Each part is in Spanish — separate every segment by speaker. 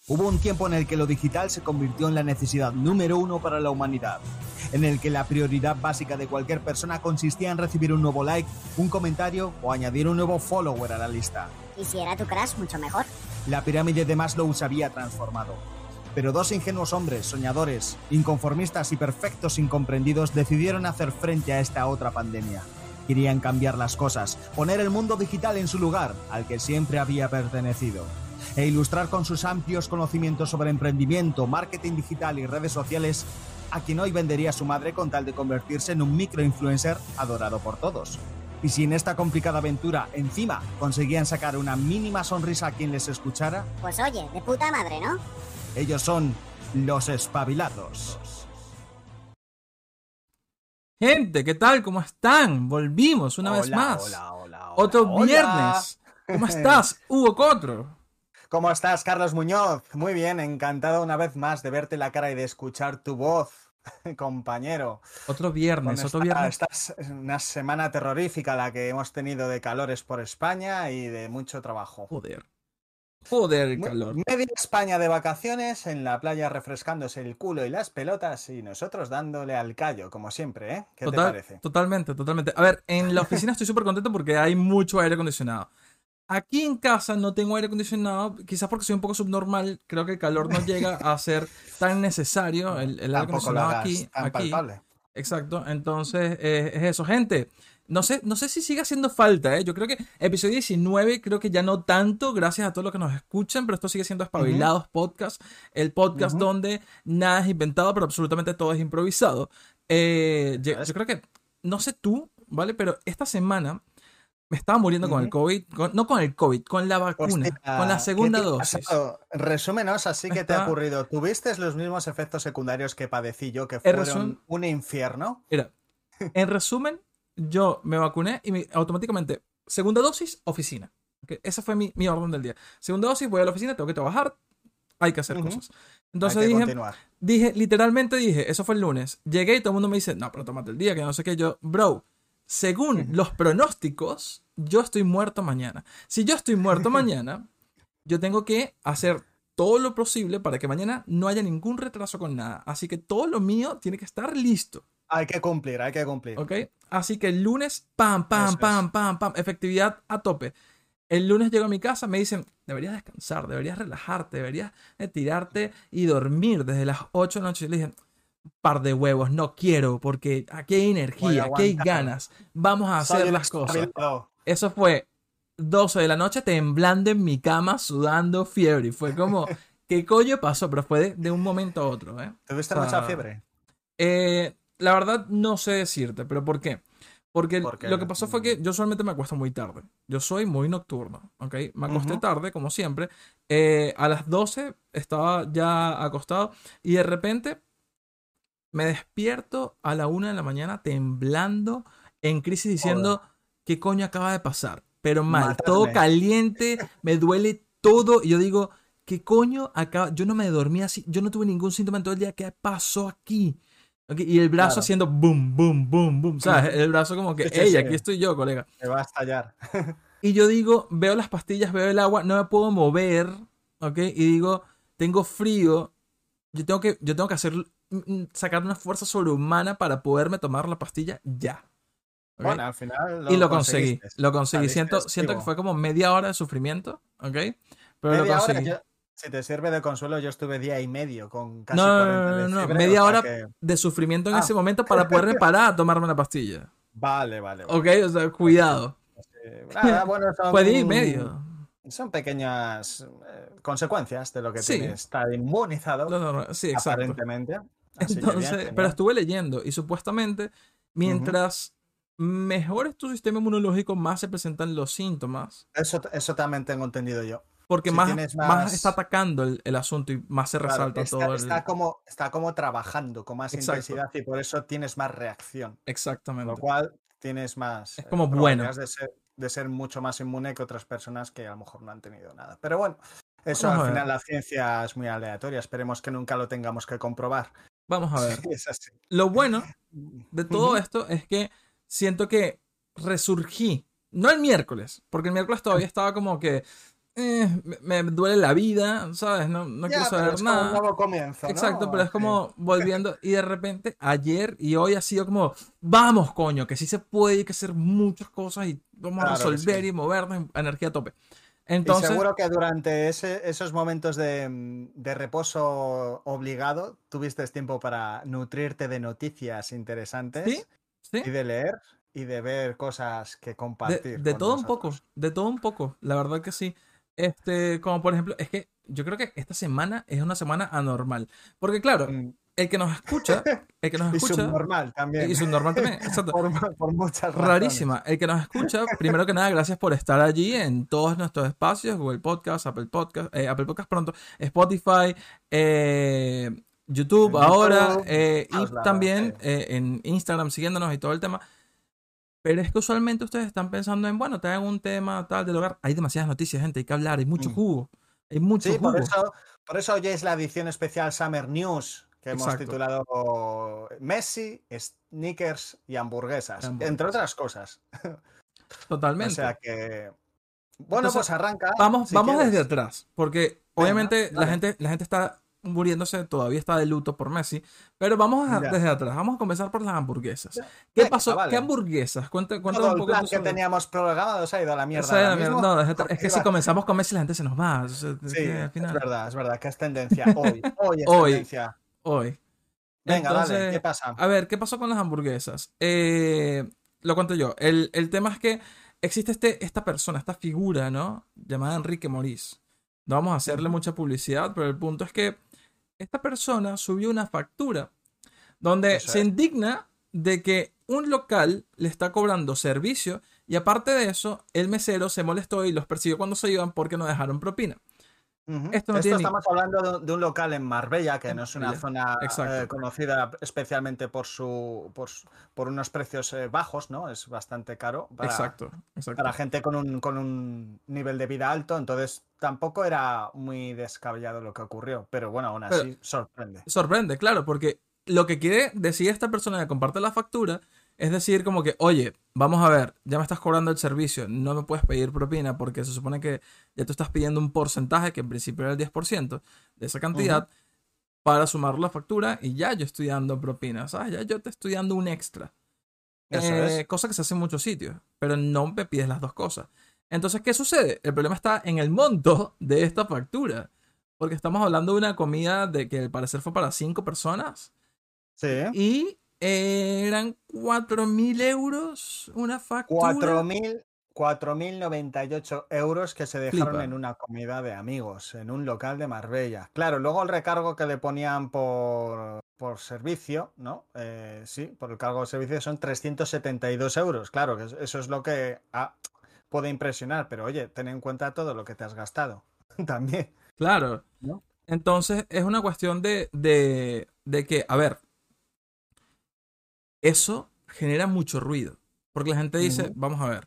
Speaker 1: Hubo un tiempo en el que lo digital se convirtió en la necesidad número uno para la humanidad, en el que la prioridad básica de cualquier persona consistía en recibir un nuevo like, un comentario o añadir un nuevo follower a la lista.
Speaker 2: Y si era tu crush, mucho mejor.
Speaker 1: La pirámide de Maslow se había transformado. Pero dos ingenuos hombres, soñadores, inconformistas y perfectos incomprendidos decidieron hacer frente a esta otra pandemia. Querían cambiar las cosas, poner el mundo digital en su lugar, al que siempre había pertenecido, e ilustrar con sus amplios conocimientos sobre emprendimiento, marketing digital y redes sociales a quien hoy vendería a su madre con tal de convertirse en un microinfluencer adorado por todos. Y si en esta complicada aventura, encima, conseguían sacar una mínima sonrisa a quien les escuchara...
Speaker 2: Pues oye, de puta madre, ¿no?
Speaker 1: Ellos son los espabilados.
Speaker 3: Gente, ¿qué tal? ¿Cómo están? Volvimos una vez más.
Speaker 1: Hola,
Speaker 3: Otro viernes. ¿Cómo estás, Hugo Cotro?
Speaker 1: ¿Cómo estás, Carlos Muñoz? Muy bien, encantado una vez más de verte la cara y de escuchar tu voz, compañero.
Speaker 3: Otro viernes.
Speaker 1: Esta es una semana terrorífica la que hemos tenido de calores por España y de mucho trabajo.
Speaker 3: Joder, el calor.
Speaker 1: Media España de vacaciones, en la playa refrescándose el culo y las pelotas y nosotros dándole al callo, como siempre, ¿eh? ¿Qué te parece?
Speaker 3: Totalmente. A ver, en la oficina estoy súper contento porque hay mucho aire acondicionado. Aquí en casa no tengo aire acondicionado, quizás porque soy un poco subnormal. Creo que el calor no llega a ser tan necesario, el aire acondicionado aquí.
Speaker 1: Palpable.
Speaker 3: Exacto, entonces es eso, gente. No sé si sigue haciendo falta, ¿eh? Yo creo que episodio 19, creo que ya no tanto, gracias a todos los que nos escuchan, pero esto sigue siendo Espabilados Podcast, el podcast donde nada es inventado, pero absolutamente todo es improvisado. Yo creo que, no sé tú, ¿vale? Pero esta semana me estaba muriendo con el COVID, no con el COVID, con la vacuna,
Speaker 1: Hostia,
Speaker 3: con la segunda dosis.
Speaker 1: Resúmenos así que te ha ocurrido. ¿Tuviste los mismos efectos secundarios que padecí yo, que fueron un infierno?
Speaker 3: Mira, en resumen, yo me vacuné y automáticamente, segunda dosis, oficina. ¿Okay? Esa fue mi orden del día. Segunda dosis, voy a la oficina, tengo que trabajar, hay que hacer cosas. Entonces literalmente dije, eso fue el lunes. Llegué y todo el mundo me dice, no, pero tómate el día, que no sé qué. Yo, bro, según los pronósticos, yo estoy muerto mañana. Si yo estoy muerto mañana, yo tengo que hacer todo lo posible para que mañana no haya ningún retraso con nada. Así que todo lo mío tiene que estar listo.
Speaker 1: Hay que cumplir.
Speaker 3: ¿Ok? Así que el lunes, pam, efectividad a tope. El lunes llego a mi casa, me dicen, deberías descansar, deberías relajarte, deberías tirarte y dormir desde las 8 de la noche. Y le dije, par de huevos, no quiero, porque aquí hay energía, aquí hay ganas. Vamos a hacer las cosas. Eso fue 12 de la noche, temblando en mi cama, sudando fiebre. Y fue como, ¿qué coño pasó? Pero fue de un momento a otro, ¿eh?
Speaker 1: ¿Tuviste mucha fiebre?
Speaker 3: La verdad no sé decirte, pero ¿por qué? Porque lo que pasó fue que yo solamente me acuesto muy tarde. Yo soy muy nocturno, ¿ok? Me acosté tarde, como siempre. A las 12 estaba ya acostado y de repente me despierto a la 1 de la mañana temblando, en crisis, diciendo, ¿qué coño acaba de pasar? Pero mal, todo caliente, me duele todo y yo digo, ¿qué coño acaba? Yo no me dormí así, yo no tuve ningún síntoma en todo el día. ¿Qué pasó aquí? Okay, y el brazo haciendo boom, boom, boom, boom, ¿sabes? El brazo como que, ey, aquí estoy yo, colega.
Speaker 1: Me va a estallar.
Speaker 3: Y yo digo, veo las pastillas, veo el agua, no me puedo mover, ¿ok? Y digo, tengo frío, yo tengo que sacar una fuerza sobrehumana para poderme tomar la pastilla ya. ¿Okay?
Speaker 1: Bueno, al final
Speaker 3: lo conseguí. Siento que fue como media hora de sufrimiento, ¿ok? Pero lo conseguí.
Speaker 1: Si te sirve de consuelo, yo estuve día y medio con casi 40 de fiebre.
Speaker 3: Media hora de sufrimiento en ese momento para poderme parar a tomarme la pastilla.
Speaker 1: Vale.
Speaker 3: Ok, o sea, cuidado.
Speaker 1: Bueno,
Speaker 3: fue día y medio.
Speaker 1: Son pequeñas consecuencias de lo que tienes. Está inmunizado.
Speaker 3: Sí, exacto.
Speaker 1: Aparentemente.
Speaker 3: Entonces, pero estuve leyendo y supuestamente mientras mejor es tu sistema inmunológico, más se presentan los síntomas.
Speaker 1: Eso también tengo entendido yo.
Speaker 3: Porque más está atacando el asunto y más se resalta todo.
Speaker 1: Está como trabajando con más intensidad y por eso tienes más reacción.
Speaker 3: Exactamente.
Speaker 1: Lo cual tienes más.
Speaker 3: Es como bueno.
Speaker 1: De ser mucho más inmune que otras personas que a lo mejor no han tenido nada. Pero bueno, eso al final la ciencia es muy aleatoria. Esperemos que nunca lo tengamos que comprobar.
Speaker 3: Vamos a ver.
Speaker 1: Es así.
Speaker 3: Lo bueno de todo esto es que siento que resurgí. No el miércoles, porque el miércoles todavía estaba como que me duele la vida, ¿sabes? No quiero saber
Speaker 4: es
Speaker 3: nada.
Speaker 4: como un nuevo comienzo, ¿no?
Speaker 3: Exacto, pero es como volviendo y de repente ayer y hoy ha sido como, vamos, coño, que sí se puede, hay que hacer muchas cosas y vamos a resolver y movernos, energía a tope. Entonces,
Speaker 4: y seguro que durante esos momentos de reposo obligado tuviste tiempo para nutrirte de noticias interesantes
Speaker 3: ¿Sí?
Speaker 4: y de leer y de ver cosas que compartir.
Speaker 3: De
Speaker 4: con
Speaker 3: todo
Speaker 4: nosotros.
Speaker 3: de todo un poco, la verdad que sí. Como por ejemplo, es que yo creo que esta semana es una semana anormal. Porque claro, el que nos escucha,
Speaker 4: Y subnormal también.
Speaker 3: y subnormal también, exacto.
Speaker 4: por muchas razones.
Speaker 3: Rarísima. El que nos escucha, primero que nada, gracias por estar allí en todos nuestros espacios, Google Podcast, Apple Podcast pronto, Spotify, YouTube ahora, y también en Instagram siguiéndonos y todo el tema. Pero es que usualmente ustedes están pensando en, bueno, te hagan un tema tal del hogar. Hay demasiadas noticias, gente, hay que hablar, hay mucho jugo. Hay mucho jugo.
Speaker 4: Por eso hoy es la edición especial Summer News, que hemos titulado Messi, sneakers y hamburguesas, entre otras cosas.
Speaker 3: Totalmente.
Speaker 4: O sea que... Bueno, entonces, pues arranca.
Speaker 3: Vamos desde atrás, porque obviamente la gente está muriéndose, todavía está de luto por Messi, pero vamos desde atrás. Vamos a comenzar por las hamburguesas. ¿Qué pasó? Vale. ¿Qué hamburguesas? Cuéntame un poco.
Speaker 4: El plan que teníamos programado se ha ido a la mierda.
Speaker 3: No, es que si comenzamos con Messi la gente se nos va.
Speaker 4: Sí, al final... es verdad, que es tendencia hoy. Hoy es tendencia.
Speaker 3: Hoy.
Speaker 4: Venga, entonces, dale, ¿qué pasa?
Speaker 3: A ver, ¿qué pasó con las hamburguesas? Lo cuento yo. El tema es que existe esta persona, esta figura, ¿no? Llamada Enrique Morís. No vamos a hacerle mucha publicidad, pero el punto es que esta persona subió una factura donde se indigna de que un local le está cobrando servicio y aparte de eso, el mesero se molestó y los persiguió cuando se iban porque no dejaron propina.
Speaker 4: Esto estamos hablando de un local en Marbella, que no es una zona conocida especialmente por unos precios bajos, ¿no? Es bastante caro para gente con un nivel de vida alto, entonces tampoco era muy descabellado lo que ocurrió, pero bueno, aún así sorprende.
Speaker 3: Sorprende, claro, porque lo que quiere decir esta persona que comparte la factura es decir, como que, oye, vamos a ver, ya me estás cobrando el servicio, no me puedes pedir propina porque se supone que ya tú estás pidiendo un porcentaje, que en principio era el 10% de esa cantidad, para sumar la factura y ya yo estoy dando propina, ¿sabes? Ya yo te estoy dando un extra. Cosa que se hace en muchos sitios, pero no me pides las dos cosas. Entonces, ¿qué sucede? El problema está en el monto de esta factura, porque estamos hablando de una comida de que al parecer fue para 5 personas.
Speaker 4: Sí.
Speaker 3: Y eran 4.000 euros una factura.
Speaker 4: 4.098 euros que se dejaron en una comida de amigos, en un local de Marbella. Claro, luego el recargo que le ponían por servicio, ¿no? Sí, por el cargo de servicio son 372 euros. Claro, que eso es lo que puede impresionar, pero oye, ten en cuenta todo lo que te has gastado también.
Speaker 3: Claro, ¿no? Entonces es una cuestión de que, a ver, eso genera mucho ruido. Porque la gente dice, vamos a ver,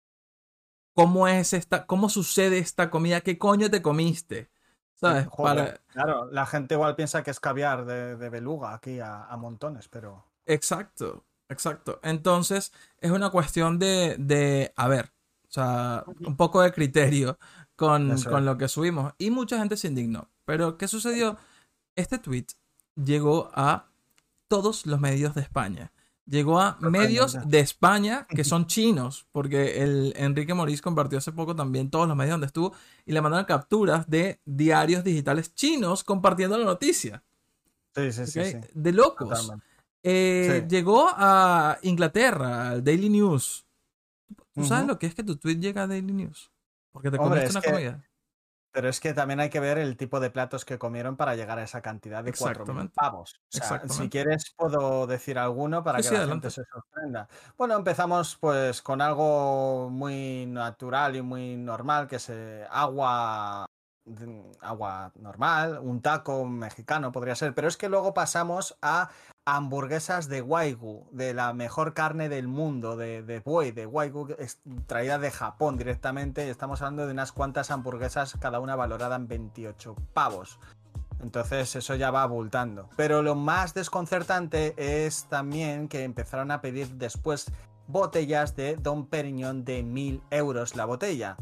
Speaker 3: ¿cómo sucede esta comida? ¿Qué coño te comiste? ¿Sabes?
Speaker 4: Claro, la gente igual piensa que es caviar de beluga aquí a montones, pero...
Speaker 3: Exacto. Entonces, es una cuestión de a ver, o sea, un poco de criterio con lo que subimos. Y mucha gente se indignó. Pero, ¿qué sucedió? Este tweet llegó a todos los medios de España. Llegó a medios de España que son chinos, porque el Enrique Morís compartió hace poco también todos los medios donde estuvo y le mandaron capturas de diarios digitales chinos compartiendo la noticia.
Speaker 4: Sí.
Speaker 3: De locos. Llegó a Inglaterra, al Daily News. ¿Tú sabes lo que es que tu tweet llega a Daily News? Porque te comiste una comida.
Speaker 4: Pero es que también hay que ver el tipo de platos que comieron para llegar a esa cantidad de 4.000 pavos. O sea, si quieres puedo decir alguno para que la gente se sorprenda. Bueno, empezamos pues con algo muy natural y muy normal, que es agua normal, un taco mexicano podría ser, pero es que luego pasamos a hamburguesas de Wagyu, de la mejor carne del mundo, de buey, de Wagyu, traída de Japón directamente, y estamos hablando de unas cuantas hamburguesas, cada una valorada en 28 pavos. Entonces eso ya va abultando. Pero lo más desconcertante es también que empezaron a pedir después botellas de Dom Perignon de 1.000 euros la botella.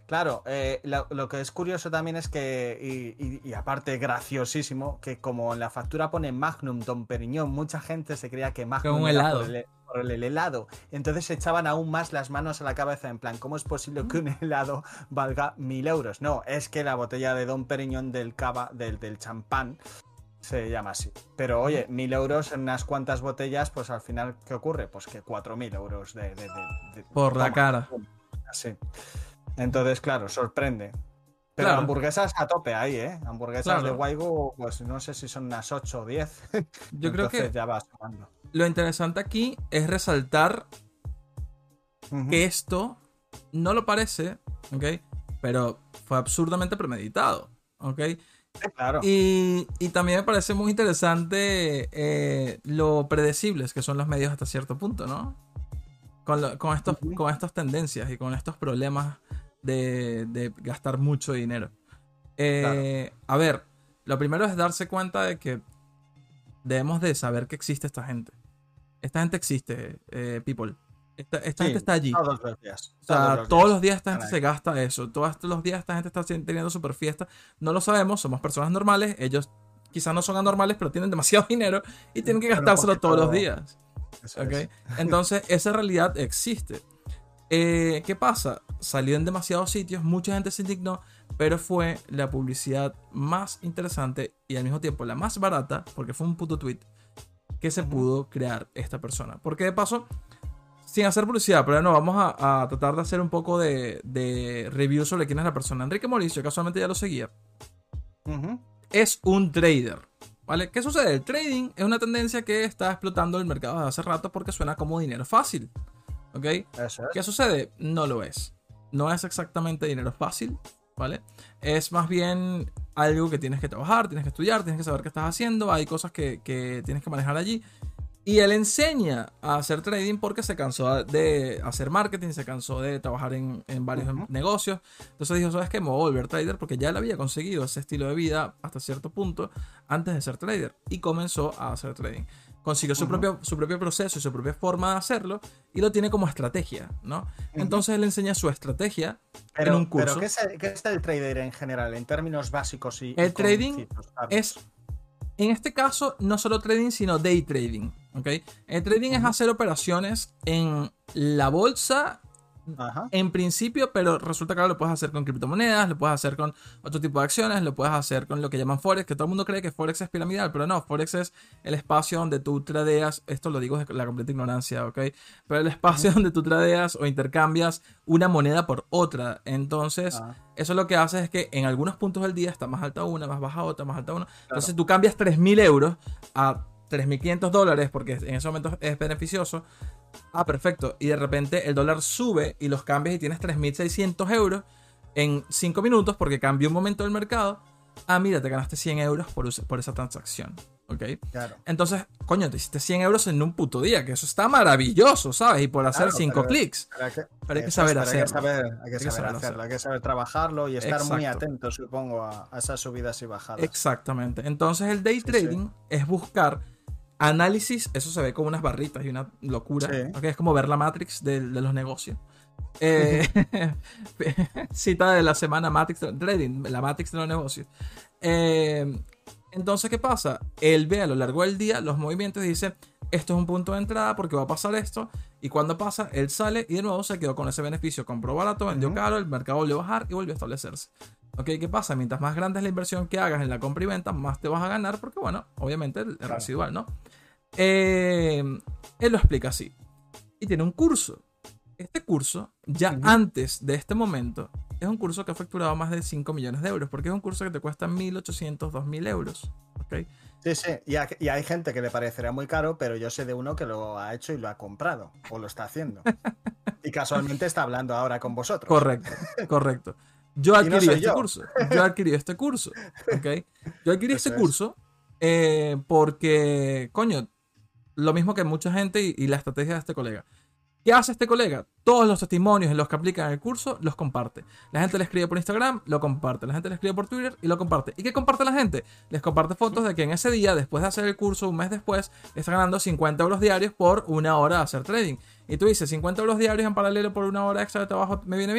Speaker 4: Claro, lo que es curioso también es que, y aparte graciosísimo, que como en la factura pone Magnum Dom Perignon, mucha gente se creía que Magnum
Speaker 3: un
Speaker 4: era
Speaker 3: helado.
Speaker 4: por el helado. Entonces se echaban aún más las manos a la cabeza en plan, ¿cómo es posible que un helado valga 1000 euros? No, es que la botella de Dom Perignon del cava, del champán, se llama así. Pero oye, 1000 euros en unas cuantas botellas, pues al final, ¿qué ocurre? Pues que 4000 euros
Speaker 3: Por la cara.
Speaker 4: Así. Entonces, claro, sorprende. Pero
Speaker 3: Claro.
Speaker 4: hamburguesas a tope ahí, ¿eh? Hamburguesas
Speaker 3: Claro.
Speaker 4: de Waigu, pues no sé si son unas 8 o 10.
Speaker 3: Yo creo
Speaker 4: Entonces
Speaker 3: que
Speaker 4: ya va sumando.
Speaker 3: lo interesante aquí es resaltar que esto no lo parece, ¿ok? Pero fue absurdamente premeditado, ¿ok?
Speaker 4: Claro.
Speaker 3: Y también me parece muy interesante lo predecibles que son los medios hasta cierto punto, ¿no? Con estas tendencias y con estos problemas de gastar mucho dinero.
Speaker 4: Claro.
Speaker 3: A ver, lo primero es darse cuenta de que debemos de saber que existe esta gente. Esta gente existe, people. Esta
Speaker 4: Sí,
Speaker 3: gente está allí.
Speaker 4: todos los días.
Speaker 3: O sea, todos los días esta gente
Speaker 4: Caray.
Speaker 3: se gasta eso. Todos los días esta gente está teniendo super fiesta. No lo sabemos, somos personas normales. Ellos quizás no son anormales, pero tienen demasiado dinero y tienen que
Speaker 4: Pero un
Speaker 3: gastárselo todos los
Speaker 4: poquito-
Speaker 3: días.
Speaker 4: Eso
Speaker 3: ¿Ok?
Speaker 4: es.
Speaker 3: Entonces, esa realidad existe. ¿Qué pasa? Salió en demasiados sitios, mucha gente se indignó, pero fue la publicidad más interesante y al mismo tiempo la más barata, porque fue un puto tweet, que se pudo crear esta persona. Porque de paso, sin hacer publicidad, pero no, vamos a tratar de hacer un poco de review sobre quién es la persona. Enrique Morís, yo casualmente ya lo seguía.
Speaker 4: Ujú.
Speaker 3: Es un trader. ¿Vale? ¿Qué sucede? El trading es una tendencia que está explotando el mercado desde hace rato porque suena como dinero fácil. ¿Ok?
Speaker 4: Eso
Speaker 3: ¿Qué
Speaker 4: es.
Speaker 3: sucede? No lo es. No es exactamente dinero fácil, ¿vale? Es más bien algo que tienes que trabajar, tienes que estudiar, tienes que saber qué estás haciendo, hay cosas que tienes que manejar allí. Y él enseña a hacer trading porque se cansó de hacer marketing, se cansó de trabajar en varios negocios. Entonces dijo, ¿sabes qué? Me voy a volver trader porque ya él había conseguido ese estilo de vida hasta cierto punto antes de ser trader. Y comenzó a hacer trading. Consiguió su propio proceso y su propia forma de hacerlo y lo tiene como estrategia, ¿no? Entonces él enseña su estrategia en un curso.
Speaker 4: Pero ¿qué es el trader en general, en términos básicos y
Speaker 3: El trading
Speaker 4: concisos, Carlos?
Speaker 3: es, en este caso, no solo trading, sino day trading, ¿ok? El trading es hacer operaciones en la bolsa,
Speaker 4: Ajá.
Speaker 3: en principio, pero resulta que ahora lo puedes hacer con criptomonedas, lo puedes hacer con otro tipo de acciones, lo puedes hacer con lo que llaman Forex, que todo el mundo cree que Forex es piramidal, pero no, Forex es el espacio donde tú tradeas, esto lo digo desde la completa ignorancia, ¿ok? Pero el espacio donde tú tradeas o intercambias una moneda por otra. Entonces, eso lo que hace es que en algunos puntos del día está más alta una, más baja otra, más alta una. Entonces tú cambias 3.000 euros a 3.500 dólares porque en ese momento es beneficioso. Ah, perfecto. Y de repente el dólar sube y los cambias y tienes 3.600 euros en 5 minutos porque cambió un momento del mercado. Ah, mira, te ganaste 100 euros por esa transacción. ¿Ok?
Speaker 4: Claro.
Speaker 3: Entonces, coño, te hiciste 100 euros en un puto día, que eso está maravilloso, ¿sabes? Y por hacer
Speaker 4: Claro,
Speaker 3: 5 clics. Pero hay que saber hacerlo.
Speaker 4: Hay que saber hacerlo, hay que saber trabajarlo y estar muy
Speaker 3: Exacto.
Speaker 4: atento, supongo, a esas subidas y bajadas.
Speaker 3: Exactamente. Entonces el day trading es buscar análisis, eso se ve como unas barritas y una locura,
Speaker 4: Sí.
Speaker 3: ¿ok? Es como ver la Matrix de los negocios. Cita de la semana Matrix Trading, la Matrix de los negocios. Entonces, ¿qué pasa? Él ve a lo largo del día los movimientos y dice, esto es un punto de entrada porque va a pasar esto. Y cuando pasa, él sale y de nuevo se quedó con ese beneficio. Compró barato, vendió caro, el mercado volvió a bajar y volvió a establecerse. ¿Ok? ¿Qué pasa? Mientras más grande es la inversión que hagas en la compra y venta, más te vas a ganar porque, bueno, obviamente es residual, ¿no? Él lo explica así. Y tiene un curso. Este curso, ya antes de este momento, es un curso que ha facturado más de 5 millones de euros, porque es un curso que te cuesta 1.800, 2.000 euros. ¿Ok?
Speaker 4: Sí, sí. Y hay gente que le parecerá muy caro, pero yo sé de uno que lo ha hecho y lo ha comprado, o lo está haciendo. Y casualmente está hablando ahora con vosotros.
Speaker 3: Correcto, correcto. Yo
Speaker 4: Y no
Speaker 3: adquirí
Speaker 4: soy
Speaker 3: este
Speaker 4: yo.
Speaker 3: curso. Yo adquirí este curso. ¿Ok? Yo adquirí
Speaker 4: Eso
Speaker 3: este
Speaker 4: es.
Speaker 3: curso porque, coño, lo mismo que mucha gente y la estrategia de este colega. ¿Qué hace este colega? Todos los testimonios en los que aplican el curso los comparte. La gente le escribe por Instagram, lo comparte. La gente le escribe por Twitter y lo comparte. ¿Y qué comparte la gente? Les comparte fotos de que en ese día, después de hacer el curso, un mes después, está ganando 50 euros diarios por una hora de hacer trading. Y tú dices, 50 euros diarios en paralelo por una hora extra de trabajo, ¿me viene bien?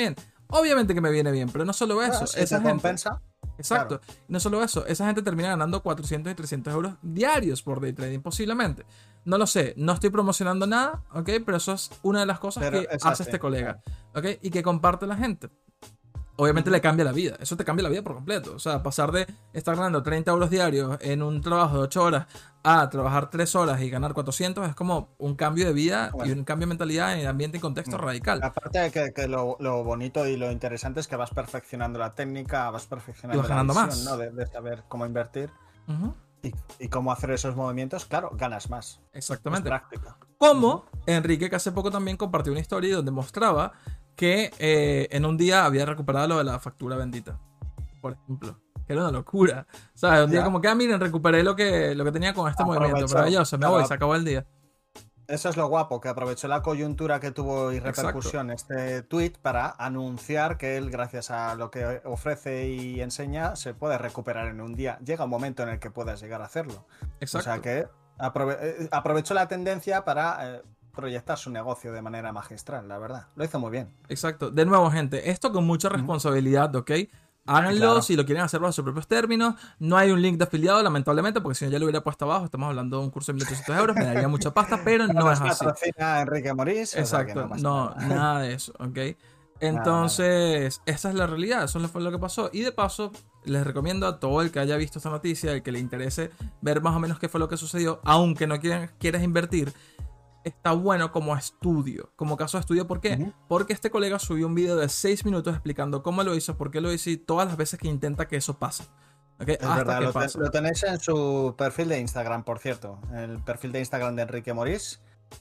Speaker 3: Obviamente que me viene bien, pero no solo eso.
Speaker 4: Si
Speaker 3: esa
Speaker 4: te
Speaker 3: gente,
Speaker 4: compensa.
Speaker 3: exacto.
Speaker 4: Claro.
Speaker 3: No solo eso, esa gente termina ganando 400 y 300 euros diarios por day trading, posiblemente. No lo sé, no estoy promocionando nada, ¿ok? Pero eso es una de las cosas que hace este colega, ¿ok? Y que comparte la gente. Obviamente le cambia la vida, eso te cambia la vida por completo. O sea, pasar de estar ganando 30 euros diarios en un trabajo de 8 horas a trabajar 3 horas y ganar 400 es como un cambio de vida y un cambio de mentalidad en ambiente y contexto radical.
Speaker 4: Aparte de que lo bonito y lo interesante es que vas perfeccionando la técnica, vas perfeccionando
Speaker 3: la visión,
Speaker 4: más, ¿no? De saber cómo invertir y cómo hacer esos movimientos, claro, ganas más.
Speaker 3: Exactamente.
Speaker 4: Es práctica.
Speaker 3: Como Enrique, que hace poco también compartió una historia donde mostraba que en un día había recuperado lo de la factura bendita, por ejemplo. Que era una locura. O sea, un día como que, miren, recuperé lo que tenía con este movimiento. Maravilloso, me voy, se acabó el día.
Speaker 4: Eso es lo guapo, que aprovechó la coyuntura que tuvo y repercusión este tweet para anunciar que él, gracias a lo que ofrece y enseña, se puede recuperar en un día. Llega un momento en el que puedas llegar a hacerlo.
Speaker 3: Exacto.
Speaker 4: O sea que aprovechó la tendencia para proyectar su negocio de manera magistral, la verdad. Lo hizo muy bien.
Speaker 3: Exacto. De nuevo, gente, esto con mucha responsabilidad, ¿ok? Háganlo, claro, si lo quieren hacer bajo sus propios términos. No hay un link de afiliado, lamentablemente, porque si no ya lo hubiera puesto abajo. Estamos hablando de un curso de 1.800 euros, me daría mucha pasta, pero no es así.
Speaker 4: Enrique Morís.
Speaker 3: Exacto, o sea, no, nada de eso, ¿ok? Entonces, esa es la realidad, eso fue lo que pasó. Y de paso, les recomiendo a todo el que haya visto esta noticia, el que le interese ver más o menos qué fue lo que sucedió, aunque no quieras invertir, está bueno como estudio, como caso de estudio. ¿Por qué? Porque este colega subió un video de 6 minutos explicando cómo lo hizo, por qué lo hizo y todas las veces que intenta que eso pase. ¿Okay?
Speaker 4: Es verdad, lo tenéis en su perfil de Instagram, por cierto. El perfil de Instagram de Enrique Morís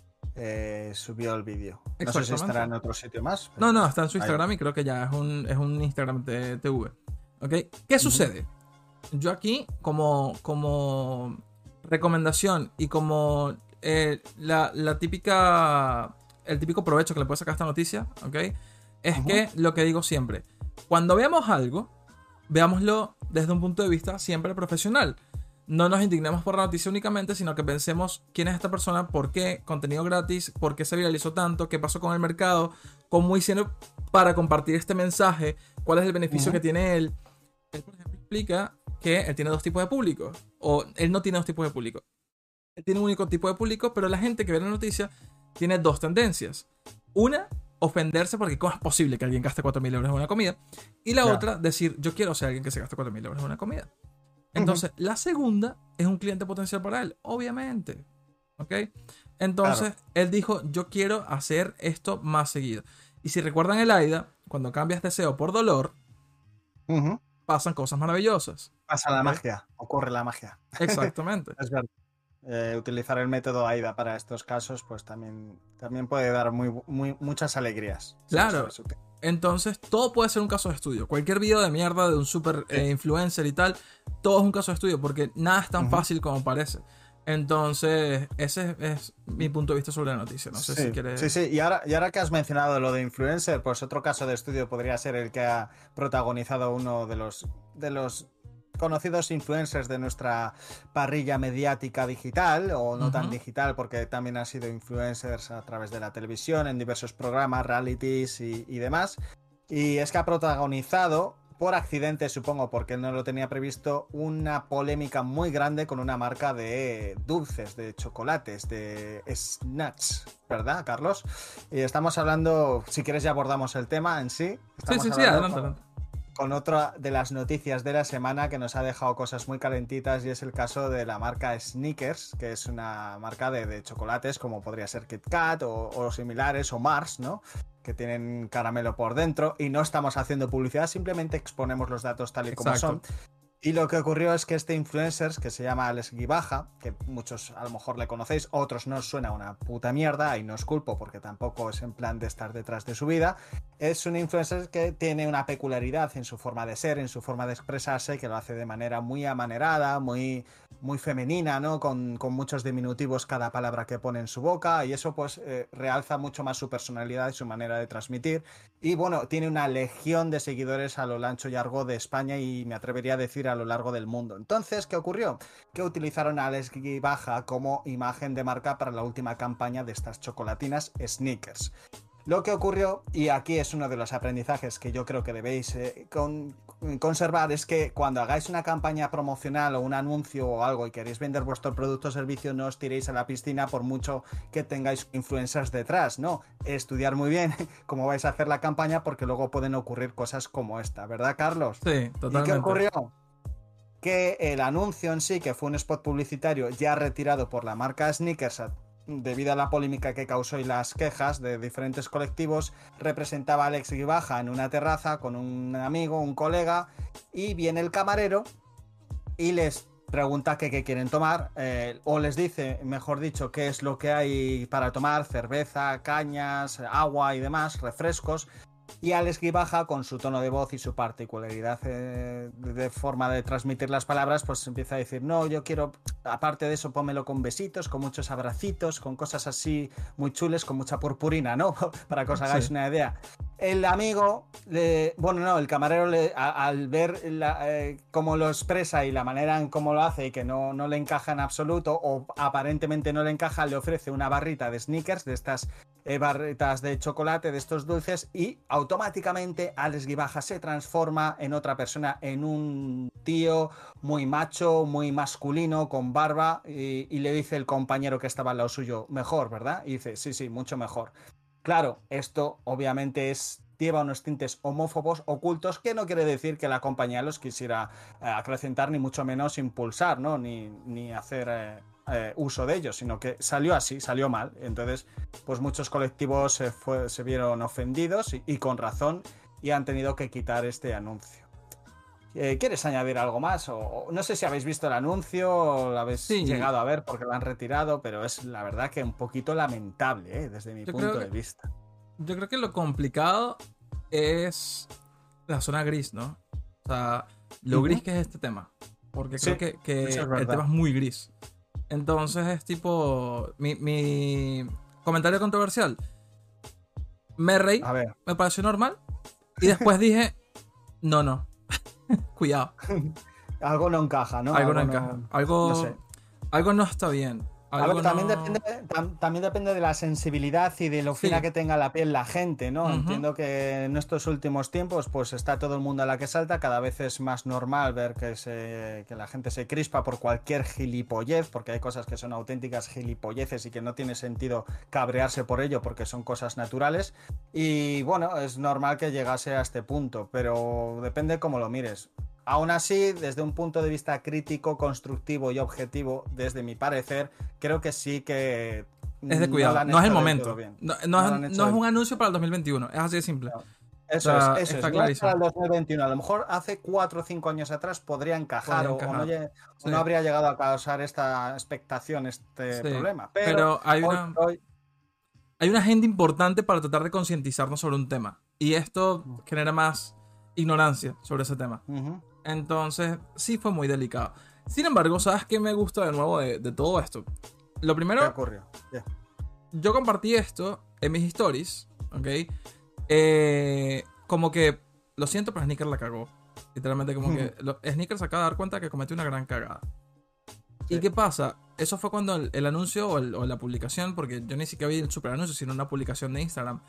Speaker 4: subió el vídeo. No sé si estará en otro sitio más.
Speaker 3: No, está en su Instagram y creo que ya es un Instagram de TV. ¿Okay? ¿Qué sucede? Yo aquí, como recomendación y como el típico provecho que le puede sacar a esta noticia, ¿ok? Es que lo que digo siempre, cuando veamos algo, veámoslo desde un punto de vista siempre profesional. No nos indignemos por la noticia únicamente, sino que pensemos quién es esta persona, por qué, contenido gratis, por qué se viralizó tanto, qué pasó con el mercado, cómo hicieron para compartir este mensaje, cuál es el beneficio que tiene él. Él, por ejemplo, explica que él tiene 2 tipos de público, o él no tiene 2 tipos de público. Tiene un único tipo de público, pero la gente que ve la noticia tiene 2 tendencias. Una, ofenderse porque ¿cómo es posible que alguien gaste 4.000 euros en una comida? Y la otra, decir, yo quiero ser alguien que se gaste 4.000 euros en una comida. Entonces, la segunda es un cliente potencial para él, obviamente. ¿Ok? Entonces, él dijo, yo quiero hacer esto más seguido. Y si recuerdan el AIDA, cuando cambias deseo por dolor, pasan cosas maravillosas.
Speaker 4: Pasa la magia, ocurre la magia.
Speaker 3: Exactamente.
Speaker 4: Es verdad. Utilizar el método AIDA para estos casos, pues también puede dar muchas alegrías.
Speaker 3: Claro. Entonces, todo puede ser un caso de estudio. Cualquier video de mierda de un super influencer y tal, todo es un caso de estudio, porque nada es tan fácil como parece. Entonces, ese es mi punto de vista sobre la noticia. No sé si quieres...
Speaker 4: Sí. Y ahora que has mencionado lo de influencer, pues otro caso de estudio podría ser el que ha protagonizado uno de los conocidos influencers de nuestra parrilla mediática digital, o no tan digital, porque también han sido influencers a través de la televisión, en diversos programas, realities y demás. Y es que ha protagonizado, por accidente supongo, porque no lo tenía previsto, una polémica muy grande con una marca de dulces, de chocolates, de snacks, ¿verdad, Carlos? Y estamos hablando, si quieres ya abordamos el tema en sí.
Speaker 3: Sí, adelante.
Speaker 4: Con otra de las noticias de la semana que nos ha dejado cosas muy calentitas, y es el caso de la marca Snickers, que es una marca de chocolates como podría ser Kit Kat o similares, o Mars, ¿no? Que tienen caramelo por dentro, y no estamos haciendo publicidad, simplemente exponemos los datos tal y como son. Y lo que ocurrió es que este influencer, que se llama Alex Guibaja, que muchos a lo mejor le conocéis, otros no os suena una puta mierda, y no os culpo porque tampoco es en plan de estar detrás de su vida, es un influencer que tiene una peculiaridad en su forma de ser, en su forma de expresarse, que lo hace de manera muy amanerada, muy femenina, ¿no? Con muchos diminutivos cada palabra que pone en su boca, y eso pues realza mucho más su personalidad y su manera de transmitir. Y bueno, tiene una legión de seguidores a lo ancho y largo de España, y me atrevería a decir a lo largo del mundo. Entonces, ¿qué ocurrió? Que utilizaron a Alex Guibaja como imagen de marca para la última campaña de estas chocolatinas Snickers. Lo que ocurrió, y aquí es uno de los aprendizajes que yo creo que debéis conservar, es que cuando hagáis una campaña promocional o un anuncio o algo y queréis vender vuestro producto o servicio, no os tiréis a la piscina por mucho que tengáis influencers detrás, ¿no? Estudiar muy bien cómo vais a hacer la campaña, porque luego pueden ocurrir cosas como esta, ¿verdad, Carlos?
Speaker 3: Sí, totalmente.
Speaker 4: ¿Y qué ocurrió? Que el anuncio en sí, que fue un spot publicitario ya retirado por la marca Snickers debido a la polémica que causó y las quejas de diferentes colectivos, representaba a Alex Guibaja en una terraza con un amigo, un colega, y viene el camarero y les pregunta qué quieren tomar, o les dice, mejor dicho, qué es lo que hay para tomar: cerveza, cañas, agua y demás, refrescos. Y Alex Guibaja, con su tono de voz y su particularidad de forma de transmitir las palabras, pues empieza a decir: no, yo quiero, aparte de eso, pónmelo con besitos, con muchos abracitos, con cosas así muy chules, con mucha purpurina, ¿no? Para que os hagáis una idea. El amigo, el camarero, al ver cómo lo expresa y la manera en cómo lo hace, y que no le encaja en absoluto, o aparentemente no le encaja, le ofrece una barrita de Snickers, de estas barritas de chocolate, de estos dulces, y automáticamente Alex Guibaja se transforma en otra persona, en un tío muy macho, muy masculino, con barba, y le dice el compañero que estaba al lado suyo: mejor, ¿verdad? Y dice: sí, mucho mejor. Claro, esto obviamente lleva unos tintes homófobos ocultos, que no quiere decir que la compañía los quisiera acrecentar, ni mucho menos impulsar, ¿no? Ni hacer uso de ellos, sino que salió así, salió mal. Entonces, pues muchos colectivos se vieron ofendidos, y con razón, y han tenido que quitar este anuncio. ¿Quieres añadir algo más? O no sé si habéis visto el anuncio o lo habéis llegado a ver, porque lo han retirado, pero es la verdad que un poquito lamentable, desde mi punto de vista.
Speaker 3: Yo creo que lo complicado es la zona gris, ¿no? O sea, lo gris que es este tema. Porque creo que el tema es muy gris. Entonces es tipo... Mi comentario controversial. Me reí, me pareció normal, y después dije: no. Cuidado.
Speaker 4: Algo no encaja, ¿no?
Speaker 3: Algo no encaja. Algo no está bien.
Speaker 4: También depende de la sensibilidad y de lo fina que tenga la piel la gente, ¿no? Entiendo que en estos últimos tiempos pues está todo el mundo a la que salta. Cada vez es más normal ver que la gente se crispa por cualquier gilipollez, porque hay cosas que son auténticas gilipolleces y que no tiene sentido cabrearse por ello, porque son cosas naturales. Y bueno, es normal que llegase a este punto, pero depende cómo lo mires. Aún así, desde un punto de vista crítico, constructivo y objetivo, desde mi parecer, creo que sí que...
Speaker 3: Es de cuidado, no es el momento. No es un anuncio para el 2021, es así de simple.
Speaker 4: No. Eso es para el 2021. A lo mejor hace 4 o 5 años atrás podría encajar, o no habría llegado a causar esta expectación, problema. Pero hay
Speaker 3: una agenda importante para tratar de concientizarnos sobre un tema. Y esto genera más ignorancia sobre ese tema. Entonces, sí fue muy delicado. Sin embargo, ¿sabes qué me gusta de nuevo de todo esto? Lo primero...
Speaker 4: ¿Qué ocurrió?
Speaker 3: Yo compartí esto en mis stories, ¿ok? Como que, lo siento, pero Snickers la cagó. Literalmente, como que Snickers acaba de dar cuenta que cometió una gran cagada. ¿Y qué pasa? Eso fue cuando el anuncio o la publicación, porque yo ni siquiera vi el super anuncio, sino una publicación de Instagram,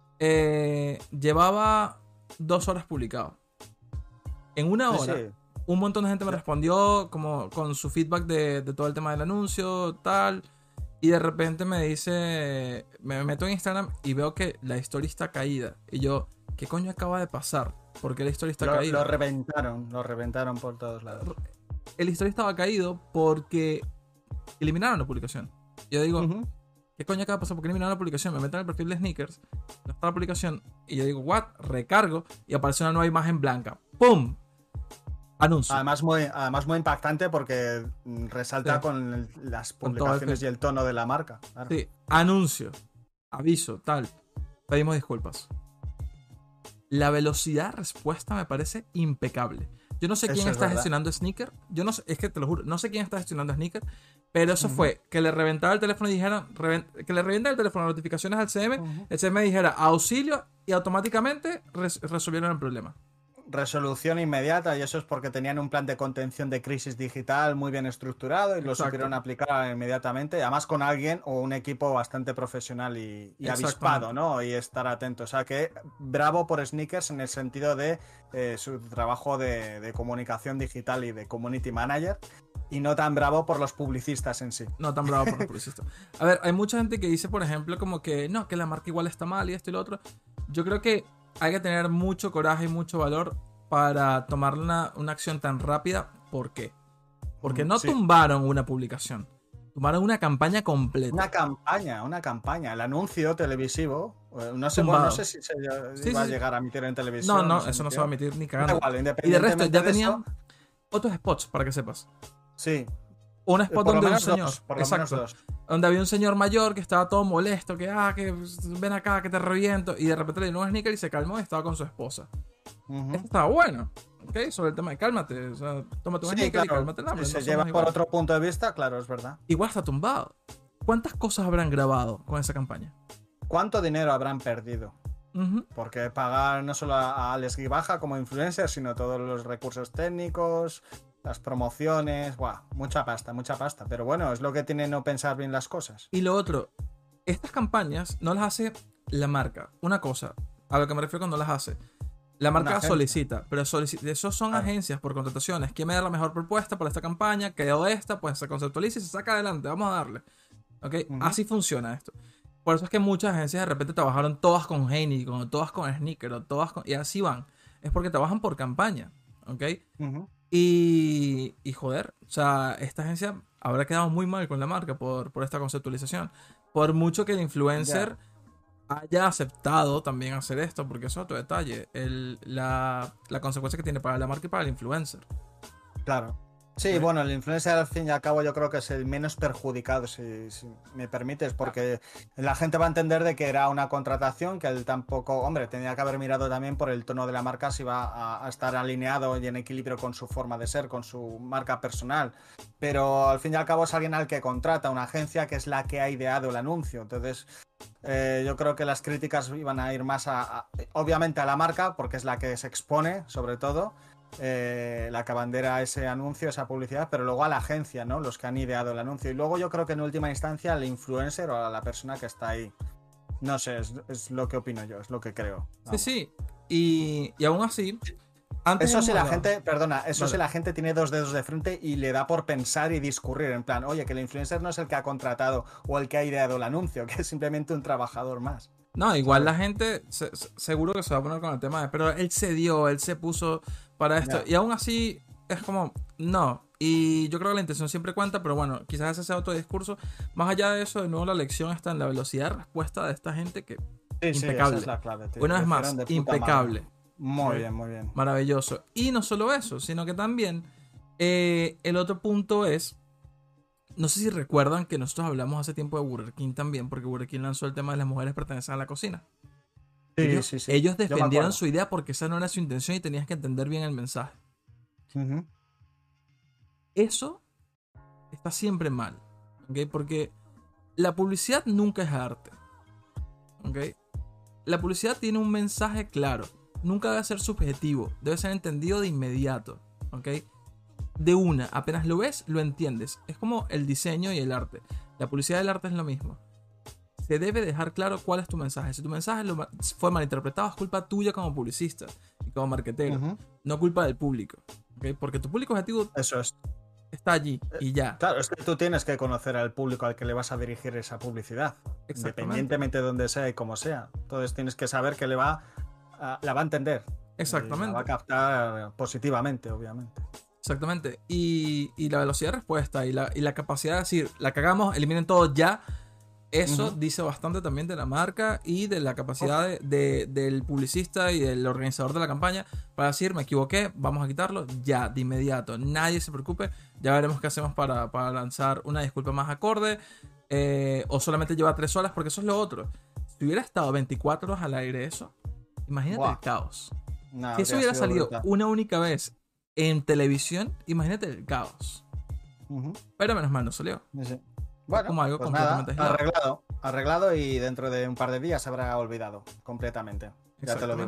Speaker 3: llevaba 2 horas publicado. En 1 hora, un montón de gente me respondió como con su feedback de todo el tema del anuncio, tal. Y de repente me dice, me meto en Instagram y veo que la historia está caída. Y yo, ¿qué coño acaba de pasar? ¿Por qué la historia está caída?
Speaker 4: Lo reventaron por todos lados.
Speaker 3: El historia estaba caído porque eliminaron la publicación. Yo digo, ¿qué coño acaba de pasar? ¿Por qué eliminaron la publicación? Me meto en el perfil de Snickers, no está la publicación, y yo digo, ¿what? Recargo, y aparece una nueva imagen blanca. ¡Pum! Anuncio.
Speaker 4: Además muy impactante, porque resalta con las publicaciones y el tono de la marca.
Speaker 3: Claro. Sí, anuncio, aviso, tal. Pedimos disculpas. La velocidad de respuesta me parece impecable. Yo no sé quién está gestionando Snickers. Yo no sé, es que te lo juro, no sé quién está gestionando Snickers. Pero eso fue que le reventaba el teléfono y dijera, que le reventara el teléfono, las notificaciones al CM, el CM dijera auxilio, y automáticamente resolvieron el problema.
Speaker 4: resolución inmediata, y eso es porque tenían un plan de contención de crisis digital muy bien estructurado y lo supieron aplicar inmediatamente, además con alguien o un equipo bastante profesional y avispado, ¿no? Y estar atento. O sea que bravo por Snickers en el sentido de su trabajo de comunicación digital y de community manager. Y no tan bravo por los publicistas en sí.
Speaker 3: No tan bravo por los publicistas. A ver, hay mucha gente que dice, por ejemplo, como que no, que la marca igual está mal y esto y lo otro. Yo creo que hay que tener mucho coraje y mucho valor para tomar una acción tan rápida. ¿Por qué? Porque no tumbaron una publicación. Tumbaron una campaña completa.
Speaker 4: Una campaña. El anuncio televisivo. No sé si se va a llegar a emitir en televisión.
Speaker 3: No, eso no se va a emitir ni cagando. Igual, y de resto ya tenían otros spots, para que sepas.
Speaker 4: Sí.
Speaker 3: Un spot donde un señor.
Speaker 4: Exacto.
Speaker 3: Donde había un señor mayor que estaba todo molesto, que ven acá, que te reviento. Y de repente le dio un sneaker y se calmó y estaba con su esposa. Esto estaba bueno. ¿Ok? Sobre el tema de cálmate. O sea, tómate un sneaker y cálmate el hambre.
Speaker 4: Si se lleva por otro punto de vista, claro, es verdad.
Speaker 3: Igual está tumbado. ¿Cuántas cosas habrán grabado con esa campaña?
Speaker 4: ¿Cuánto dinero habrán perdido? Porque pagar no solo a Alex Guibaja como influencer, sino todos los recursos técnicos, las promociones, mucha pasta, pero bueno, es lo que tiene no pensar bien las cosas.
Speaker 3: Y lo otro, estas campañas no las hace la marca. Una cosa, a lo que me refiero cuando las hace. La marca solicita, pero esos son agencias por contrataciones. ¿Quién me da la mejor propuesta para esta campaña? Quedó esta, pues se conceptualiza y se saca adelante, vamos a darle. ¿Ok? Así funciona esto. Por eso es que muchas agencias de repente trabajaron todas con Heineken, todas con Snickers, y así van. Es porque trabajan por campaña, ¿ok? Y joder, o sea, esta agencia habrá quedado muy mal con la marca por esta conceptualización. Por mucho que el influencer haya aceptado también hacer esto, porque eso es otro detalle, la consecuencia que tiene para la marca y para el influencer.
Speaker 4: Claro. Sí, bueno, el influencer al fin y al cabo yo creo que es el menos perjudicado, si me permites, porque la gente va a entender de que era una contratación, que él tampoco, hombre, tenía que haber mirado también por el tono de la marca si va a estar alineado y en equilibrio con su forma de ser, con su marca personal, pero al fin y al cabo es alguien al que contrata una agencia que es la que ha ideado el anuncio, entonces yo creo que las críticas iban a ir más obviamente a la marca, porque es la que se expone sobre todo, la que abandera ese anuncio, esa publicidad, pero luego a la agencia, ¿no? Los que han ideado el anuncio. Y luego yo creo que en última instancia al influencer o a la persona que está ahí. No sé, es lo que opino yo, es lo que creo. Vamos.
Speaker 3: Sí. Y aún así...
Speaker 4: Eso si la gente, si la gente tiene dos dedos de frente y le da por pensar y discurrir, en plan, oye, que el influencer no es el que ha contratado o el que ha ideado el anuncio, que es simplemente un trabajador más.
Speaker 3: No, igual la gente seguro que se va a poner con el tema pero él se dio, él se puso para esto. Y aún así es como, no. Y yo creo que la intención siempre cuenta, pero bueno, quizás ese sea otro discurso. Más allá de eso, de nuevo la lección está en la velocidad de respuesta de esta gente que impecable.
Speaker 4: Esa es la clave, tío.
Speaker 3: Una vez más, impecable.
Speaker 4: Muy bien.
Speaker 3: Maravilloso. Y no solo eso, sino que también el otro punto es, no sé si recuerdan que nosotros hablamos hace tiempo de Burger King también, porque Burger King lanzó el tema de las mujeres pertenecen a la cocina. Sí. Ellos defendieron su idea porque esa no era su intención y tenías que entender bien el mensaje. Eso está siempre mal, ¿ok? Porque la publicidad nunca es arte, ¿ok? La publicidad tiene un mensaje claro. Nunca debe ser subjetivo, debe ser entendido de inmediato, ¿ok? De una, apenas lo ves, lo entiendes. Es como el diseño y el arte. La publicidad y el arte es lo mismo. Se debe dejar claro cuál es tu mensaje. Si tu mensaje fue malinterpretado, es culpa tuya como publicista y como marketero, no culpa del público, ¿ok? Porque tu público objetivo está allí y ya.
Speaker 4: Claro, es que tú tienes que conocer al público al que le vas a dirigir esa publicidad, independientemente de dónde sea y cómo sea. Entonces tienes que saber que la va a entender.
Speaker 3: Exactamente.
Speaker 4: La va a captar positivamente, obviamente.
Speaker 3: Exactamente. Y la velocidad de respuesta y la capacidad de decir, la cagamos, eliminen todo ya. Eso dice bastante también de la marca y de la capacidad del publicista y del organizador de la campaña para decir, me equivoqué, vamos a quitarlo ya, de inmediato. Nadie se preocupe, ya veremos qué hacemos para lanzar una disculpa más acorde o solamente lleva 3 horas, porque eso es lo otro. Si hubiera estado 24 horas al aire eso, imagínate el caos. Si eso hubiera salido una única vez en televisión, imagínate el caos. Pero menos mal no salió.
Speaker 4: Sí. Bueno,
Speaker 3: como algo
Speaker 4: pues completamente arreglado y dentro de un par de días se habrá olvidado completamente. Ya te lo digo yo.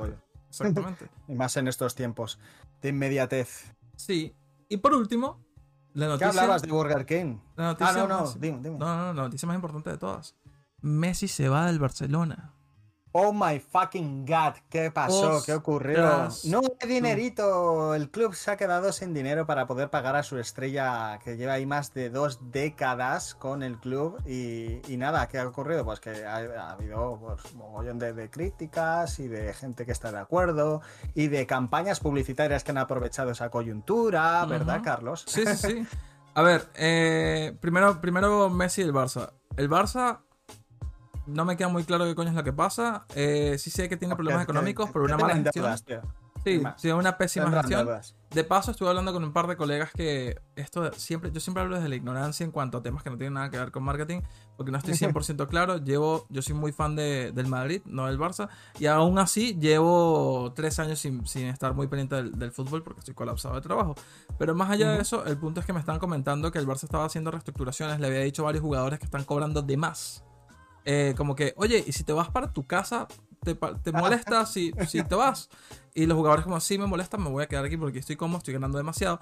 Speaker 3: Exactamente.
Speaker 4: Y más en estos tiempos de inmediatez.
Speaker 3: Sí. Y por último, la
Speaker 4: ¿Qué
Speaker 3: noticia...
Speaker 4: hablabas de Burger King?
Speaker 3: La noticia
Speaker 4: Dime.
Speaker 3: No, la noticia más importante de todas. Messi se va del Barcelona.
Speaker 4: Oh my fucking god, ¿qué pasó? ¿Qué ocurrió? No hay dinerito. El club se ha quedado sin dinero para poder pagar a su estrella que lleva ahí más de 2 décadas con el club. Y nada, ¿qué ha ocurrido? Pues que ha habido pues, un mogollón de críticas y de gente que está de acuerdo y de campañas publicitarias que han aprovechado esa coyuntura, ¿verdad, Carlos?
Speaker 3: Sí. A ver, primero Messi y el Barça. El Barça... No me queda muy claro qué coño es lo que pasa. Sí sé que tiene problemas económicos por una mala gestión. Sí, una pésima gestión. De paso, estuve hablando con un par de colegas que yo siempre hablo desde la ignorancia en cuanto a temas que no tienen nada que ver con marketing, porque no estoy 100% claro. Yo soy muy fan del Madrid, no del Barça, y aún así llevo 3 años sin estar muy pendiente del fútbol porque estoy colapsado de trabajo. Pero más allá de eso, el punto es que me están comentando que el Barça estaba haciendo reestructuraciones. Le había dicho a varios jugadores que están cobrando de más. Como que, oye, ¿y si te vas para tu casa? ¿Te molesta si te vas? Y los jugadores como, sí me molesta, me voy a quedar aquí porque estoy cómodo, estoy ganando demasiado.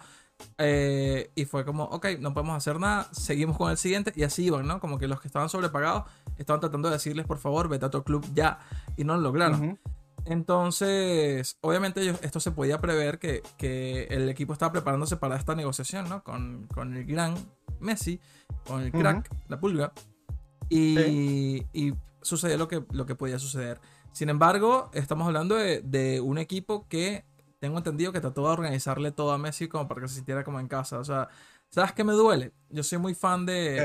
Speaker 3: Y fue como, ok, no podemos hacer nada, seguimos con el siguiente. Y así iban, ¿no? Como que los que estaban sobrepagados estaban tratando de decirles, por favor, vete a otro club ya. Y no lo lograron. Entonces, obviamente esto se podía prever que el equipo estaba preparándose para esta negociación, ¿no? Con el gran Messi, con el crack, la pulga. Y sucedió lo que podía suceder. Sin embargo, estamos hablando de un equipo que tengo entendido que trató de organizarle todo a Messi como para que se sintiera como en casa. O sea, ¿sabes qué me duele? Yo soy muy fan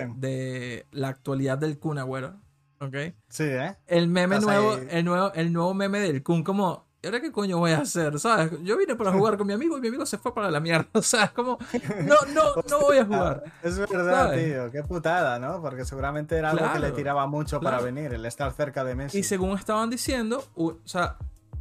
Speaker 3: de la actualidad del Kun Agüero. ¿Ok?
Speaker 4: Sí, ¿eh?
Speaker 3: El meme nuevo, el nuevo meme del Kun, como... ¿Y ahora qué coño voy a hacer? ¿Sabes? Yo vine para jugar con mi amigo y mi amigo se fue para la mierda. O sea, es como, no voy a jugar.
Speaker 4: Es verdad, ¿sabes? Tío. Qué putada, ¿no? Porque seguramente era algo que le tiraba mucho para venir, el estar cerca de Messi.
Speaker 3: Y según estaban diciendo, o sea,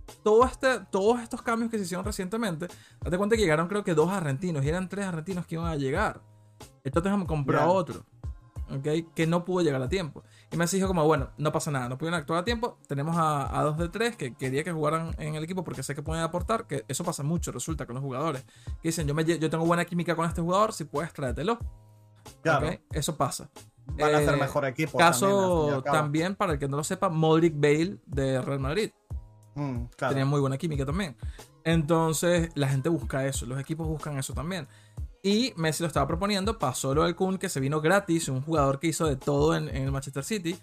Speaker 3: todos estos cambios que se hicieron recientemente, date cuenta que llegaron creo que 2 argentinos y eran 3 argentinos que iban a llegar. El Tottenham compró a otro. ¿Okay? Que no pudo llegar a tiempo. Y Messi dijo como, bueno, no pasa nada, no pudieron actuar a tiempo, tenemos a 2 de 3 que quería que jugaran en el equipo porque sé que pueden aportar, que eso pasa mucho, resulta, con los jugadores, que dicen, yo tengo buena química con este jugador, si puedes tráetelo.
Speaker 4: Claro.
Speaker 3: ¿Okay? Eso pasa.
Speaker 4: Van a hacer mejor equipo.
Speaker 3: Caso también, para el que no lo sepa, Modric, Bale de Real Madrid.
Speaker 4: Claro.
Speaker 3: Tenían muy buena química también. Entonces la gente busca eso, los equipos buscan eso también. Y Messi lo estaba proponiendo, pasó lo del Kun, que se vino gratis, un jugador que hizo de todo en el Manchester City.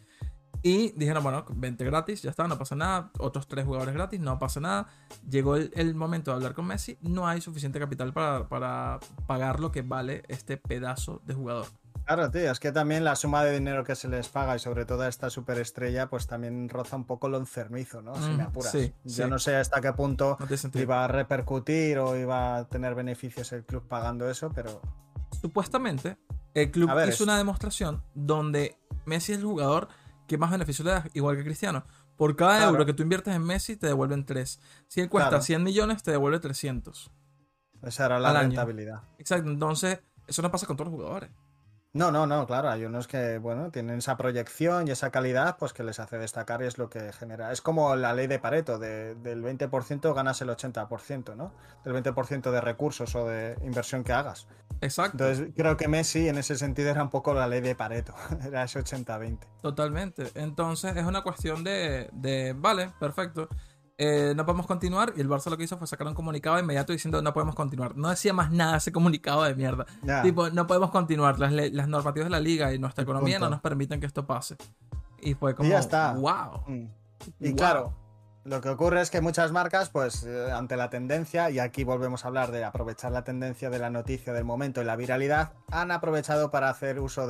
Speaker 3: Y dijeron, bueno, vente gratis, ya está, no pasa nada. Otros 3 jugadores gratis, no pasa nada. Llegó el momento de hablar con Messi, no hay suficiente capital para pagar lo que vale este pedazo de jugador.
Speaker 4: Claro, tío, es que también la suma de dinero que se les paga y sobre todo a esta superestrella, pues también roza un poco lo enfermizo, ¿no? Si me apuras.
Speaker 3: Sí,
Speaker 4: Yo no sé hasta qué punto
Speaker 3: no
Speaker 4: iba a repercutir o iba a tener beneficios el club pagando eso, pero...
Speaker 3: Supuestamente, el club hizo una demostración donde Messi es el jugador que más beneficio le da, igual que Cristiano. Por cada euro que tú inviertes en Messi, te devuelven 3. Si él cuesta 100 millones, te devuelve 300.
Speaker 4: Esa era la rentabilidad.
Speaker 3: Exacto, entonces, eso no pasa con todos los jugadores.
Speaker 4: No, claro, hay unos que, bueno, tienen esa proyección y esa calidad, pues que les hace destacar y es lo que genera. Es como la ley de Pareto, del 20% ganas el 80%, ¿no? Del 20% de recursos o de inversión que hagas.
Speaker 3: Exacto.
Speaker 4: Entonces, creo que Messi en ese sentido era un poco la ley de Pareto, era ese 80-20.
Speaker 3: Totalmente. Entonces, es una cuestión de vale, perfecto. No podemos continuar, y el Barça lo que hizo fue sacar un comunicado inmediato diciendo no podemos continuar. No decía más nada ese comunicado de mierda. Tipo, no podemos continuar, las normativas de la liga y nuestra economía no nos permiten que esto pase. Y fue como,
Speaker 4: y ya está.
Speaker 3: Wow.
Speaker 4: Y claro, lo que ocurre es que muchas marcas, pues ante la tendencia, y aquí volvemos a hablar de aprovechar la tendencia de la noticia del momento y la viralidad, han aprovechado para hacer uso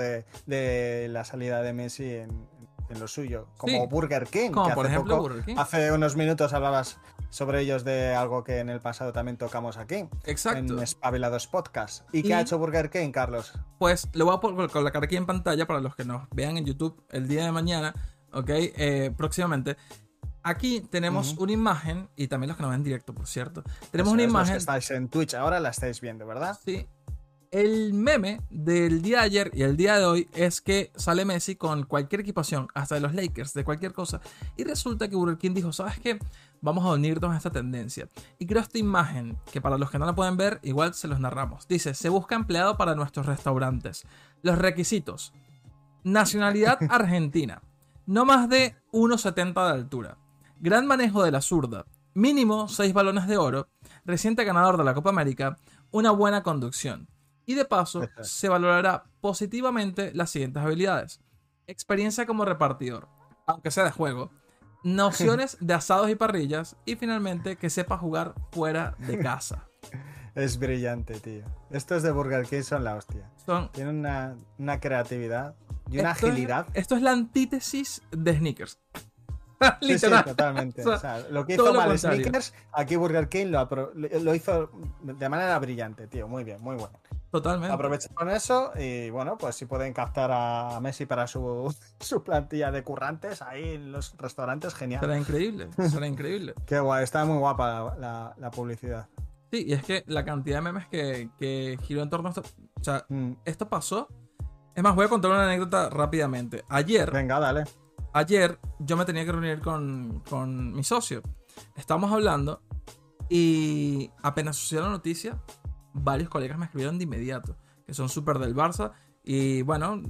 Speaker 4: de la salida de Messi en lo suyo, como Burger King,
Speaker 3: como
Speaker 4: que
Speaker 3: por ejemplo Burger King.
Speaker 4: Hace unos minutos hablabas sobre ellos de algo que en el pasado también tocamos aquí.
Speaker 3: Exacto.
Speaker 4: En Espabilados Podcast. ¿Y qué ha hecho Burger King, Carlos?
Speaker 3: Pues lo voy a colocar aquí en pantalla para los que nos vean en YouTube el día de mañana, ¿ok? Próximamente. Aquí tenemos una imagen, y también los que nos ven en directo, por cierto. Tenemos una imagen.
Speaker 4: Los que estáis en Twitch ahora la estáis viendo, ¿verdad?
Speaker 3: Sí. El meme del día de ayer y el día de hoy es que sale Messi con cualquier equipación, hasta de los Lakers, de cualquier cosa. Y resulta que Burger King dijo, ¿sabes qué? Vamos a unirnos a esta tendencia. Y creo esta imagen, que para los que no la pueden ver, igual se los narramos. Dice, se busca empleado para nuestros restaurantes. Los requisitos. Nacionalidad argentina. No más de 1,70 de altura. Gran manejo de la zurda. Mínimo 6 balones de oro. Reciente ganador de la Copa América. Una buena conducción. Y de paso, se valorará positivamente las siguientes habilidades. Experiencia como repartidor, aunque sea de juego. Nociones de asados y parrillas. Y finalmente, que sepa jugar fuera de casa.
Speaker 4: Es brillante, tío. Estos de Burger King son la hostia. Tienen una creatividad y una agilidad.
Speaker 3: Esto es la antítesis de Snickers.
Speaker 4: Sí, sí, totalmente. O sea, lo que hizo mal Snickers, aquí Burger King lo hizo de manera brillante, tío. Muy bien, muy bueno.
Speaker 3: Totalmente.
Speaker 4: Aprovecharon eso y bueno, pues si pueden captar a Messi para su plantilla de currantes ahí en los restaurantes, genial.
Speaker 3: Será increíble, será increíble.
Speaker 4: Qué guay, está muy guapa la publicidad.
Speaker 3: Sí, y es que la cantidad de memes que giró en torno a esto. O sea, esto pasó. Es más, voy a contar una anécdota rápidamente.
Speaker 4: Venga, dale.
Speaker 3: Ayer yo me tenía que reunir con mi socio. Estábamos hablando y apenas sucedió la noticia, varios colegas me escribieron de inmediato, que son súper del Barça. Y bueno,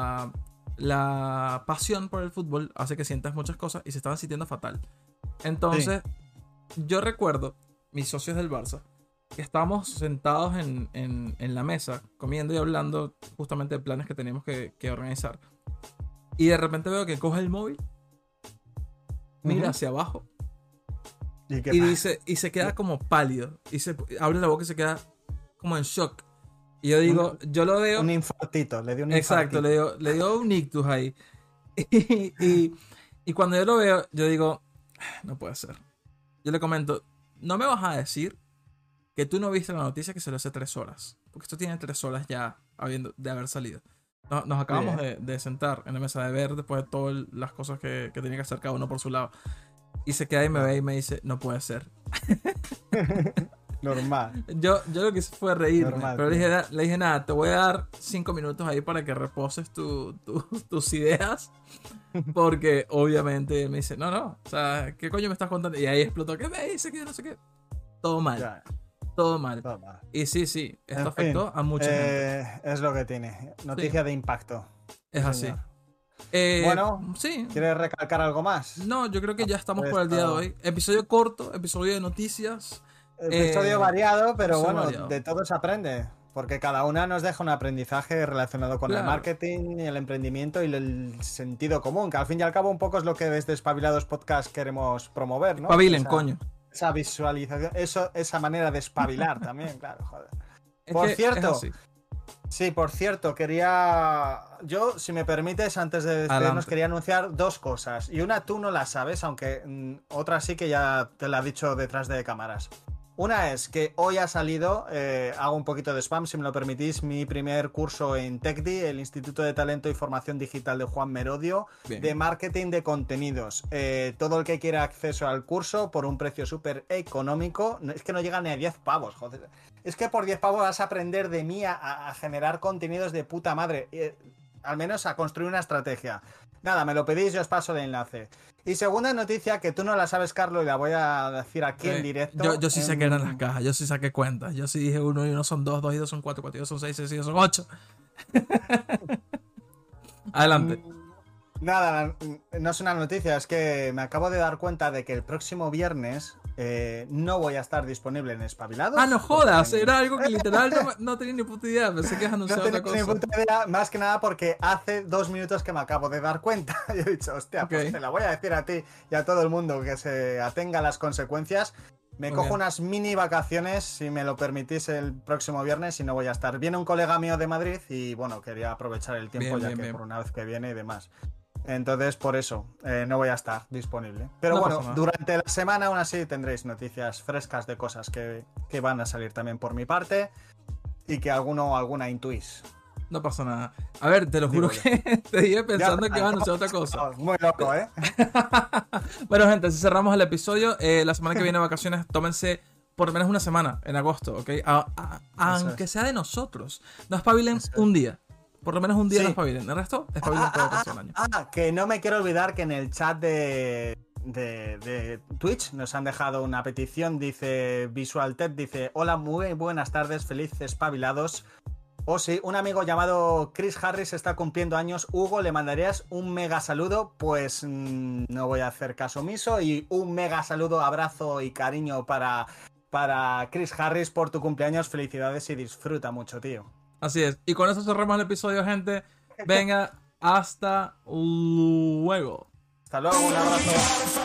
Speaker 3: la pasión por el fútbol hace que sientas muchas cosas y se estaban sintiendo fatal. Entonces, yo recuerdo, mis socios del Barça, que estábamos sentados en la mesa, comiendo y hablando justamente de planes que teníamos que organizar. Y de repente veo que coge el móvil, mira hacia abajo y dice, y se queda como pálido. Y se abre la boca y se queda como en shock. Y yo digo, yo lo veo.
Speaker 4: Un infartito, le dio un
Speaker 3: infartito. Exacto, le dio un ictus ahí. Y cuando yo lo veo, yo digo, no puede ser. Yo le comento, no me vas a decir que tú no viste la noticia que salió hace 3 horas. Porque esto tiene 3 horas ya de haber salido. Nos acabamos de sentar en la mesa de ver después de todas las cosas que tenía que hacer cada uno por su lado. Y se queda y me ve y me dice, no puede ser.
Speaker 4: Normal.
Speaker 3: Yo lo que hice fue reírme. Normal, pero le dije, nada, te voy a dar 5 minutos ahí para que reposes tus ideas. Porque obviamente me dice, no, o sea, ¿qué coño me estás contando? Y ahí explotó, ¿qué me dice? Que no sé qué. Todo mal. Ya. Todo mal. Y sí, esto afectó a mucha gente.
Speaker 4: Es lo que tiene. Noticia de impacto.
Speaker 3: Es así.
Speaker 4: Bueno,
Speaker 3: sí.
Speaker 4: ¿Quieres recalcar algo más?
Speaker 3: No, yo creo que ya estamos por el día de hoy. Episodio corto, episodio de noticias.
Speaker 4: Episodio variado, pero bueno, variado. De todo se aprende. Porque cada una nos deja un aprendizaje relacionado con el marketing, el emprendimiento y el sentido común. Que al fin y al cabo un poco es lo que desde Espabilados Podcast queremos promover, ¿no?
Speaker 3: Espabilen, coño.
Speaker 4: Esa visualización, esa manera de espabilar también, claro, joder. Por cierto, sí, por cierto, yo, si me permites, antes de despedirnos, quería anunciar 2 cosas. Y una tú no la sabes, aunque otra sí que ya te la he dicho detrás de cámaras. Una es que hoy ha salido, hago un poquito de spam, si me lo permitís, mi primer curso en TechDi, el Instituto de Talento y Formación Digital de Juan Merodio, de marketing de contenidos. Todo el que quiera acceso al curso por un precio súper económico, es que no llega ni a 10 pavos, joder. Es que por 10 pavos vas a aprender de mí a generar contenidos de puta madre, al menos a construir una estrategia. Nada, me lo pedís, yo os paso el enlace. Y segunda noticia, que tú no la sabes, Carlos, y la voy a decir aquí en directo.
Speaker 3: Yo sí sé que eran las cajas, yo sí saqué cuentas. Yo sí dije 1 y 1 son 2, 2 y 2 son 4, 4 y 2 son 6, 6 y 2 son 8. Adelante.
Speaker 4: Nada, no es una noticia, es que me acabo de dar cuenta de que el próximo viernes no voy a estar disponible en Espabilados.
Speaker 3: Ah, no jodas, era algo que literal no tenía ni puta idea, pensé que has anunciado otra cosa.
Speaker 4: No tenía ni puta idea, más que nada porque hace 2 minutos que me acabo de dar cuenta. Y he dicho, hostia, pues te la voy a decir a ti y a todo el mundo que se atenga a las consecuencias. Me cojo unas mini vacaciones, si me lo permitís, el próximo viernes y no voy a estar. Viene un colega mío de Madrid y bueno, quería aprovechar el tiempo bien. Por una vez que viene y demás. Entonces, por eso, no voy a estar disponible. Pero no bueno, durante la semana aún así tendréis noticias frescas de cosas que van a salir también por mi parte y que alguna intuís.
Speaker 3: No pasa nada. A ver, te lo juro que te dije pensando que iba a anunciar otra cosa.
Speaker 4: Muy loco, ¿eh?
Speaker 3: Bueno, gente, si cerramos el episodio, la semana que viene de vacaciones, tómense por lo menos una semana en agosto, ¿ok? Aunque sea de nosotros. No espabilen un día. Por lo menos un día no espabilen. El resto, espabilen todo el resto del año.
Speaker 4: Que no me quiero olvidar que en el chat de Twitch nos han dejado una petición. Dice VisualTech, dice: hola, muy buenas tardes, felices espabilados. Sí, un amigo llamado Chris Harris está cumpliendo años. Hugo, ¿le mandarías un mega saludo? Pues no voy a hacer caso omiso. Y un mega saludo, abrazo y cariño para Chris Harris por tu cumpleaños. Felicidades y disfruta mucho, tío.
Speaker 3: Así es. Y con eso cerramos el episodio, gente. Venga, hasta luego.
Speaker 4: Hasta luego, un abrazo.